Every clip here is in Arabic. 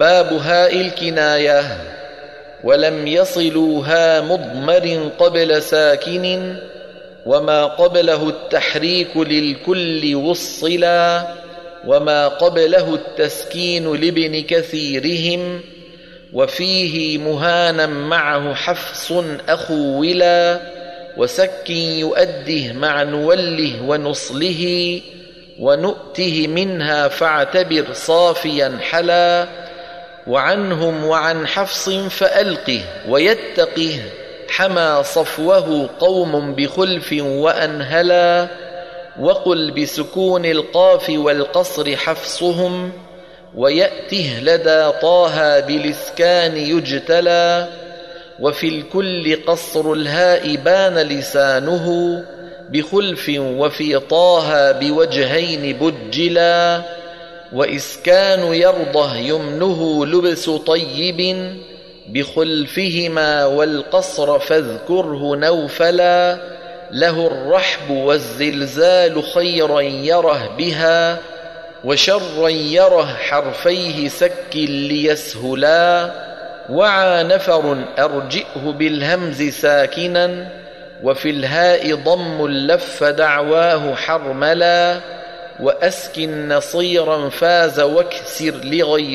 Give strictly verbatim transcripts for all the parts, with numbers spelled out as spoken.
باب هاء الكناية. ولم يصلوا ها مضمر قبل ساكن، وما قبله التحريك للكل وصلا، وما قبله التسكين لابن كثيرهم، وفيه مهانا معه حفص أخولا، وسك يؤده مع نوله ونصله، ونؤته منها فاعتبر صافيا حلا، وعنهم وعن حفص فألقه ويتقه، حمى صفوه قوم بخلف وأنهلا، وقل بسكون القاف والقصر حفصهم، ويأته لدى طه بالإسكان يجتلى، وفي الكل قصر الهاء بان لسانه، بخلف وفي طه بوجهين بجلا، وإسكان يرضه يمنه لبس طيب، بخلفهما والقصر فاذكره نوفلا، له الرحب والزلزال خيرا يره بها، وشرا يره حرفيه سك ليسهلا، وعى نفر أرجئه بالهمز ساكنا، وفي الهاء ضم لف دعواه حرملا، وأسكن نصيرا فاز واكسر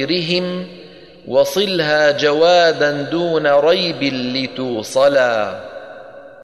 لغيرهم، وصلها جوادا دون ريب لتوصلا.